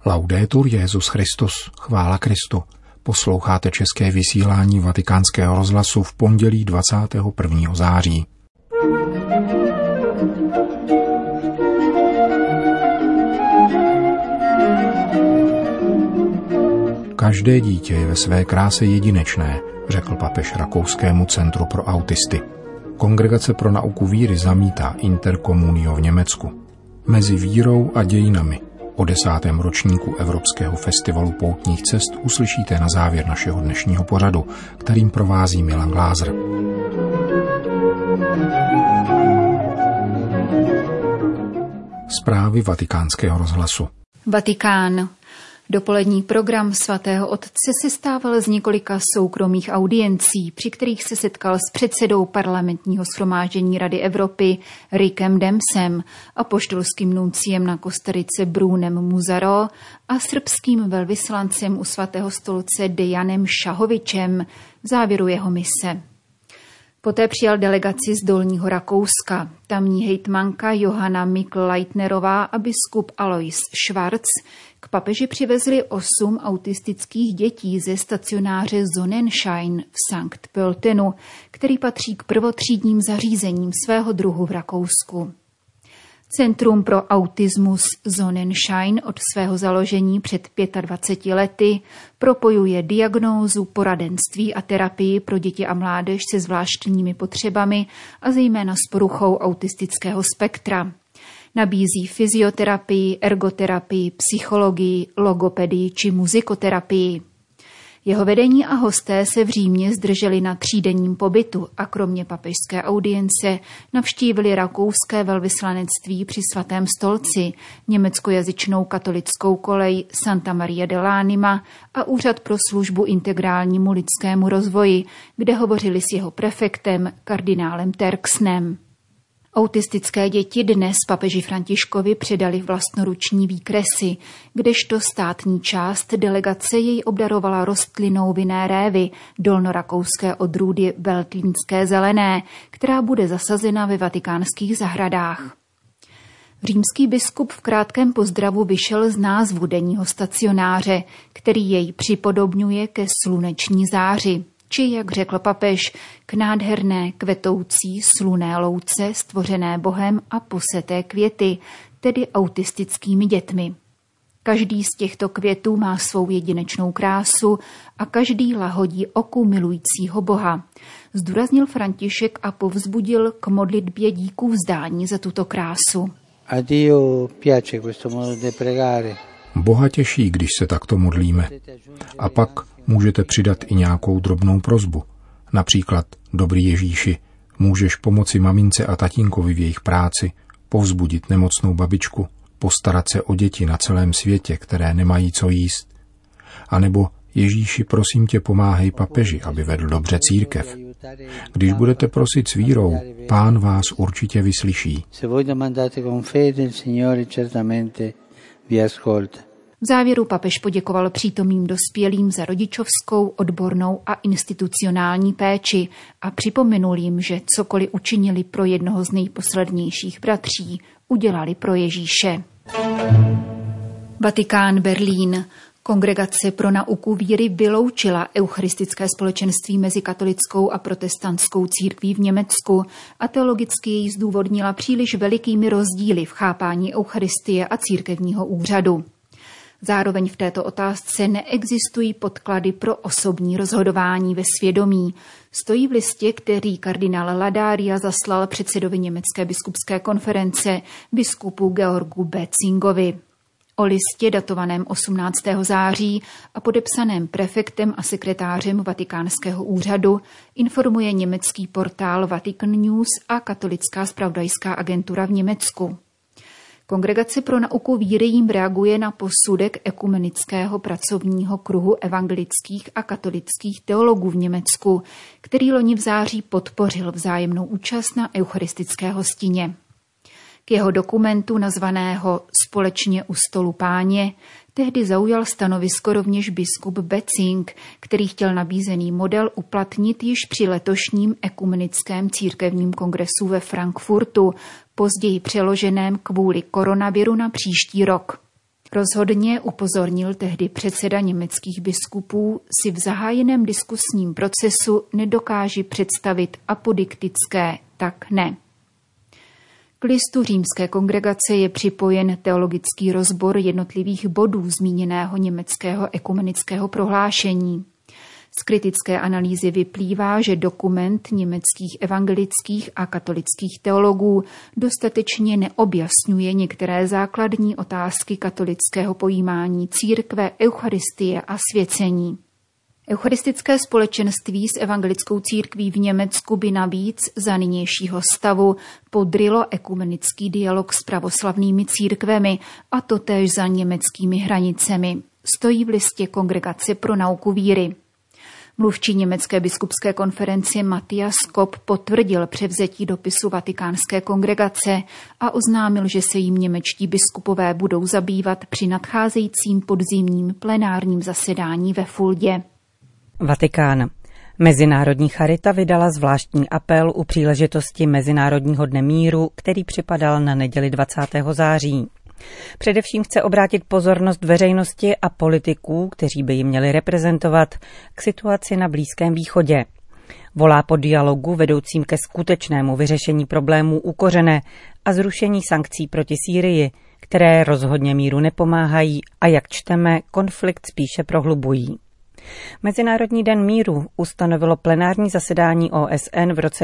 Laudetur Jesus Christus, chvála Kristu. Posloucháte české vysílání Vatikánského rozhlasu v pondělí 21. září. Každé dítě je ve své kráse jedinečné, řekl papež Rakouskému centru pro autisty. Kongregace pro nauku víry zamítá interkomunio v Německu. Mezi vírou a dějinami o 10. ročníku Evropského festivalu poutních cest uslyšíte na závěr našeho dnešního pořadu, kterým provází Milan Glázer. Zprávy Vatikánského rozhlasu. Vatikán. Dopolední program svatého otce sestával z několika soukromých audiencí, při kterých se setkal s předsedou parlamentního shromáždění Rady Evropy Rickem Demsem, apoštolským nunciem na Kostarice Brunem Muzaro a srbským velvyslancem u svatého stolce Dejanem Šahovičem v závěru jeho mise. Poté přijal delegaci z Dolního Rakouska, tamní hejtmanka Johana Mikl-Leitnerová a biskup Alois Schwarz. K papeži přivezli 8 autistických dětí ze stacionáře Sonnenschein v Sankt Pöltenu, který patří k prvotřídním zařízením svého druhu v Rakousku. Centrum pro autismus Sonnenschein od svého založení před 25 lety propojuje diagnózu, poradenství a terapii pro děti a mládež se zvláštními potřebami a zejména s poruchou autistického spektra. Nabízí fyzioterapii, ergoterapii, psychologii, logopedii či muzikoterapii. Jeho vedení a hosté se v Římě zdrželi na 3denním pobytu a kromě papežské audience navštívili rakouské velvyslanectví při svatém stolci, německojazyčnou katolickou kolej Santa Maria dell'Anima a úřad pro službu integrálnímu lidskému rozvoji, kde hovořili s jeho prefektem kardinálem Terksnem. Autistické děti dnes papeži Františkovi předali vlastnoruční výkresy, kdežto státní část delegace jej obdarovala rostlinou vinné révy, dolnorakouské odrůdy veltlínské zelené, která bude zasazena ve vatikánských zahradách. Římský biskup v krátkém pozdravu vyšel z názvu denního stacionáře, který jej připodobňuje ke sluneční záři, či, jak řekl papež, k nádherné kvetoucí slunné louce stvořené Bohem a poseté květy, tedy autistickými dětmi. Každý z těchto květů má svou jedinečnou krásu a každý lahodí oku milujícího Boha, zdůraznil František a povzbudil k modlitbě díků vzdání za tuto krásu. A Dio piace questo modo di pregare. Boha těší, když se takto modlíme. A pak můžete přidat i nějakou drobnou prosbu. Například, dobrý Ježíši, můžeš pomoci mamince a tatínkovi v jejich práci, povzbudit nemocnou babičku, postarat se o děti na celém světě, které nemají co jíst. A nebo, Ježíši, prosím tě, pomáhej papeži, aby vedl dobře církev. Když budete prosit s vírou, Pán vás určitě vyslyší. V závěru papež poděkoval přítomným dospělým za rodičovskou, odbornou a institucionální péči a připomenul jim, že cokoliv učinili pro jednoho z nejposlednějších bratří, udělali pro Ježíše. Vatikán, Berlín. Kongregace pro nauku víry vyloučila eucharistické společenství mezi katolickou a protestantskou církví v Německu a teologicky jej zdůvodnila příliš velikými rozdíly v chápání eucharistie a církevního úřadu. Zároveň v této otázce neexistují podklady pro osobní rozhodování ve svědomí. Stojí v listě, který kardinál Ladaria zaslal předsedovi Německé biskupské konference biskupu Georgu Bezingovi. O listě datovaném 18. září a podepsaném prefektem a sekretářem Vatikánského úřadu informuje německý portál Vatican News a katolická zpravodajská agentura v Německu. Kongregace pro nauku víry jim reaguje na posudek ekumenického pracovního kruhu evangelických a katolických teologů v Německu, který loni v září podpořil vzájemnou účast na eucharistické hostině. K jeho dokumentu nazvaného Společně u stolu Páně tehdy zaujal stanovisko rovněž biskup Bezing, který chtěl nabízený model uplatnit již při letošním ekumenickém církevním kongresu ve Frankfurtu, později přeloženém kvůli koronaviru na příští rok. Rozhodně, upozornil tehdy předseda německých biskupů, si v zahájeném diskusním procesu nedokáží představit apodiktické tak ne. K listu římské kongregace je připojen teologický rozbor jednotlivých bodů zmíněného německého ekumenického prohlášení. Z kritické analýzy vyplývá, že dokument německých evangelických a katolických teologů dostatečně neobjasňuje některé základní otázky katolického pojímání církve, eucharistie a svěcení. Eucharistické společenství s evangelickou církví v Německu by navíc za nynějšího stavu podrylo ekumenický dialog s pravoslavnými církvemi, a to též za německými hranicemi. Stojí v listě Kongregace pro nauku víry. Mluvčí německé biskupské konference Matthias Kopp potvrdil převzetí dopisu Vatikánské kongregace a oznámil, že se jím němečtí biskupové budou zabývat při nadcházejícím podzimním plenárním zasedání ve Fuldě. Vatikán. Mezinárodní charita vydala zvláštní apel u příležitosti Mezinárodního dne míru, který připadal na neděli 20. září. Především chce obrátit pozornost veřejnosti a politiků, kteří by ji měli reprezentovat, k situaci na Blízkém východě. Volá po dialogu vedoucím ke skutečnému vyřešení problémů u kořene a zrušení sankcí proti Sýrii, které rozhodně míru nepomáhají a, jak čteme, konflikt spíše prohlubují. Mezinárodní den míru ustanovilo plenární zasedání OSN v roce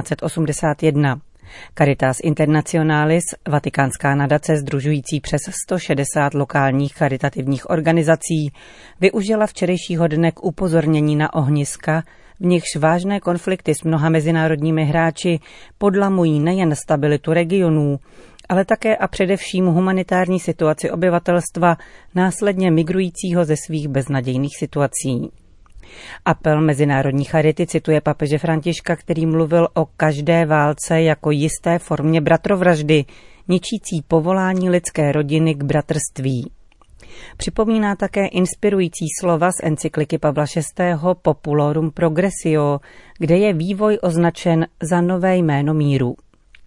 1981. Caritas Internationalis, vatikánská nadace sdružující přes 160 lokálních charitativních organizací, využila včerejšího dne k upozornění na ohniska, v nichž vážné konflikty s mnoha mezinárodními hráči podlamují nejen stabilitu regionů, ale také a především humanitární situaci obyvatelstva, následně migrujícího ze svých beznadějných situací. Apel Mezinárodní charity cituje papeže Františka, který mluvil o každé válce jako jisté formě bratrovraždy, ničící povolání lidské rodiny k bratrství. Připomíná také inspirující slova z encykliky Pavla VI. Populorum Progressio, kde je vývoj označen za nové jméno míru.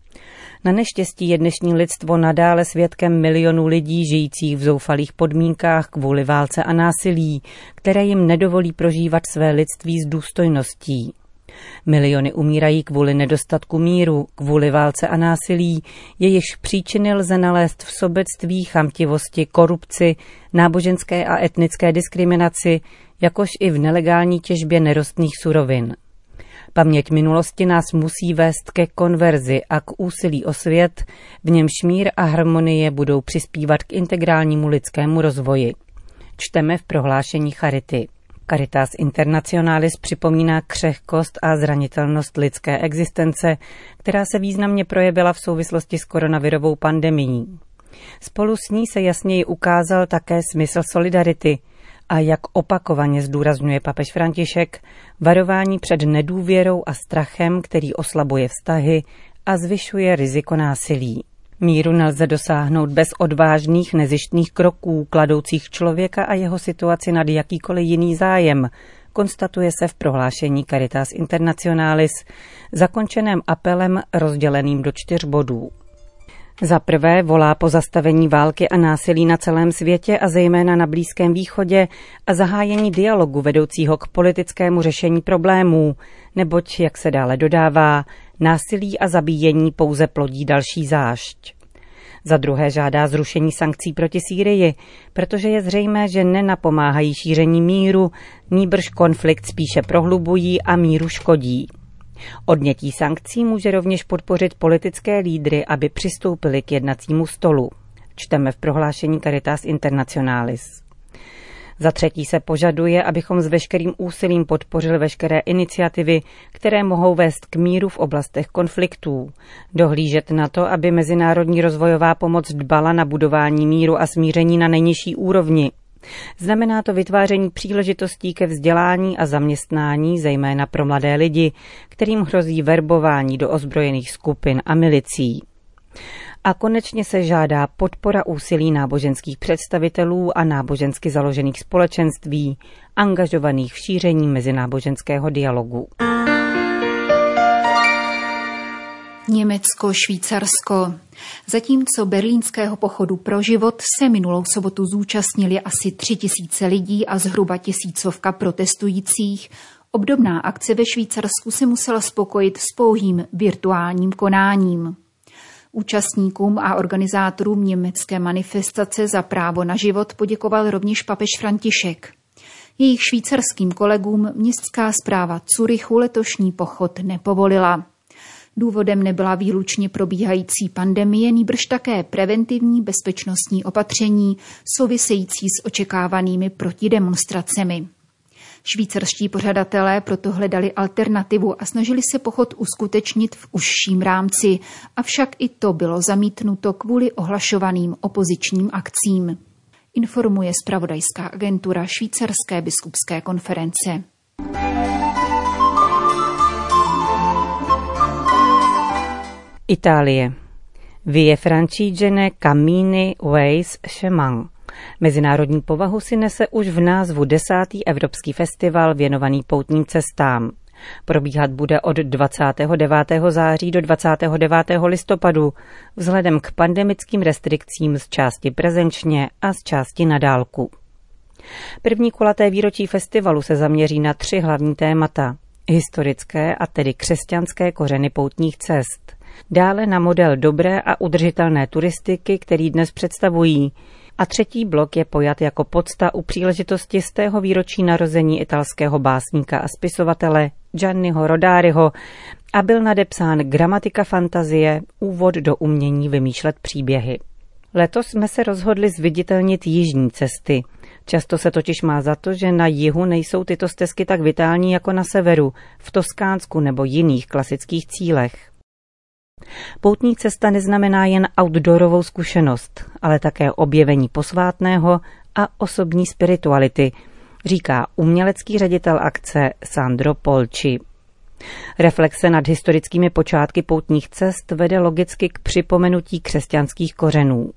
Na neštěstí je dnešní lidstvo nadále svědkem milionů lidí žijících v zoufalých podmínkách kvůli válce a násilí, které jim nedovolí prožívat své lidství s důstojností. Miliony umírají kvůli nedostatku míru, kvůli válce a násilí, jejichž příčiny lze nalézt v sobectví, chamtivosti, korupci, náboženské a etnické diskriminaci, jakož i v nelegální těžbě nerostných surovin. Paměť minulosti nás musí vést ke konverzi a k úsilí o svět, v němž mír a harmonie budou přispívat k integrálnímu lidskému rozvoji. Čteme v prohlášení Charity. Caritas Internationalis připomíná křehkost a zranitelnost lidské existence, která se významně projevila v souvislosti s koronavirovou pandemií. Spolu s ní se jasněji ukázal také smysl solidarity, a jak opakovaně zdůrazňuje papež František, varování před nedůvěrou a strachem, který oslabuje vztahy a zvyšuje riziko násilí. Míru nelze dosáhnout bez odvážných nezištných kroků, kladoucích člověka a jeho situaci nad jakýkoliv jiný zájem, konstatuje se v prohlášení Caritas Internationalis, zakončeném apelem rozděleným do 4 bodů. Za prvé volá po zastavení války a násilí na celém světě a zejména na Blízkém východě a zahájení dialogu vedoucího k politickému řešení problémů, neboť, jak se dále dodává, násilí a zabíjení pouze plodí další zášť. Za druhé žádá zrušení sankcí proti Sýrii, protože je zřejmé, že nenapomáhají šíření míru, nýbrž konflikt spíše prohlubují a míru škodí. Odnětí sankcí může rovněž podpořit politické lídry, aby přistoupili k jednacímu stolu. Čteme v prohlášení Caritas Internationalis. Za třetí se požaduje, abychom s veškerým úsilím podpořili veškeré iniciativy, které mohou vést k míru v oblastech konfliktů. Dohlížet na to, aby mezinárodní rozvojová pomoc dbala na budování míru a smíření na nejnižší úrovni. Znamená to vytváření příležitostí ke vzdělání a zaměstnání, zejména pro mladé lidi, kterým hrozí verbování do ozbrojených skupin a milicí. A konečně se žádá podpora úsilí náboženských představitelů a nábožensky založených společenství, angažovaných v šíření mezináboženského dialogu. Německo, Švýcarsko. Zatímco berlínského pochodu pro život se minulou sobotu zúčastnili asi 3000 lidí a zhruba 1000 protestujících, obdobná akce ve Švýcarsku se musela spokojit s pouhým virtuálním konáním. Účastníkům a organizátorům německé manifestace za právo na život poděkoval rovněž papež František. Jejich švýcarským kolegům městská správa Curychu letošní pochod nepovolila. Důvodem nebyla výlučně probíhající pandemie, nýbrž také preventivní bezpečnostní opatření související s očekávanými protidemonstracemi. Švýcarští pořadatelé proto hledali alternativu a snažili se pochod uskutečnit v užším rámci, avšak i to bylo zamítnuto kvůli ohlašovaným opozičním akcím. Informuje zpravodajská agentura Švýcarské biskupské konference. Itálie. Vie Francigene Cammini Ways Chemin. Mezinárodní povahu si nese už v názvu 10. evropský festival věnovaný poutním cestám. Probíhat bude od 29. září do 29. listopadu vzhledem k pandemickým restrikcím z části prezenčně a z části na dálku. První kulaté výročí festivalu se zaměří na 3 hlavní témata. Historické a tedy křesťanské kořeny poutních cest. Dále na model dobré a udržitelné turistiky, který dnes představují. A 3. blok je pojat jako pocta u příležitosti 100. výročí narození italského básníka a spisovatele Gianniho Rodariho a byl nadepsán Gramatika fantazie, úvod do umění vymýšlet příběhy. Letos jsme se rozhodli zviditelnit jižní cesty. Často se totiž má za to, že na jihu nejsou tyto stezky tak vitální jako na severu, v Toskánsku nebo jiných klasických cílech. Poutní cesta neznamená jen outdoorovou zkušenost, ale také objevení posvátného a osobní spirituality, říká umělecký ředitel akce Sandro Polci. Reflexe nad historickými počátky poutních cest vede logicky k připomenutí křesťanských kořenů.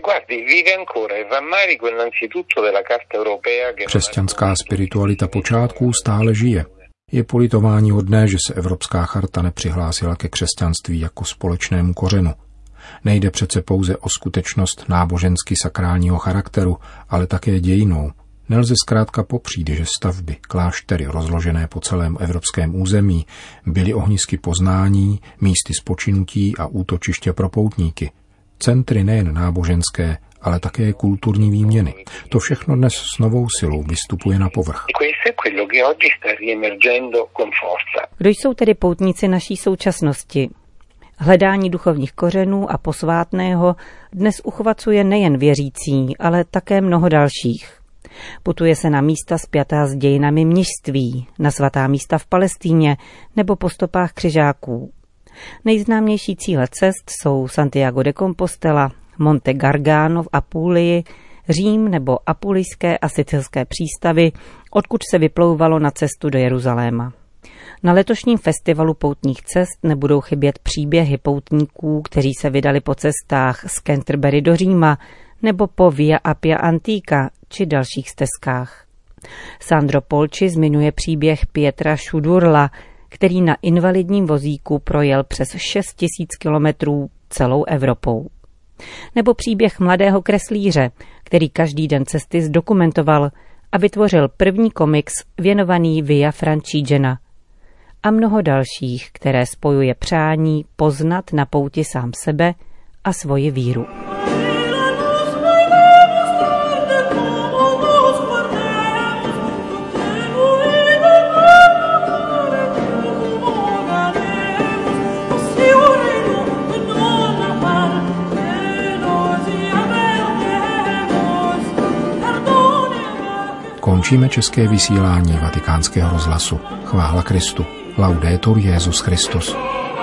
Křesťanská spiritualita počátků stále žije. Je politováníhodné, že se Evropská charta nepřihlásila ke křesťanství jako společnému kořenu. Nejde přece pouze o skutečnost nábožensky sakrálního charakteru, ale také dějinou. Nelze zkrátka popřít, že stavby, kláštery rozložené po celém evropském území byly ohnisky poznání, místy spočinutí a útočiště pro poutníky. Centry nejen náboženské, ale také kulturní výměny. To všechno dnes s novou silou vystupuje na povrch. Kdo jsou tedy poutníci naší současnosti? Hledání duchovních kořenů a posvátného dnes uchvacuje nejen věřící, ale také mnoho dalších. Putuje se na místa spjatá s dějinami mnišství, na svatá místa v Palestíně nebo po stopách křižáků. Nejznámější cíle cest jsou Santiago de Compostela, Monte Gargano v Apulii, Řím nebo apulijské a sicilské přístavy, odkud se vyplouvalo na cestu do Jeruzaléma. Na letošním festivalu poutních cest nebudou chybět příběhy poutníků, kteří se vydali po cestách z Canterbury do Říma nebo po Via Appia Antica či dalších stezkách. Sandro Polci zmiňuje příběh Pietra Šudurla, který na invalidním vozíku projel přes 6 000 kilometrů celou Evropou. Nebo příběh mladého kreslíře, který každý den cesty zdokumentoval a vytvořil první komiks věnovaný Via Francigena. A mnoho dalších, které spojuje přání poznat na pouti sám sebe a svoji víru. Končíme české vysílání Vatikánského rozhlasu. Chvála Kristu. Laudetur Jesus Christus.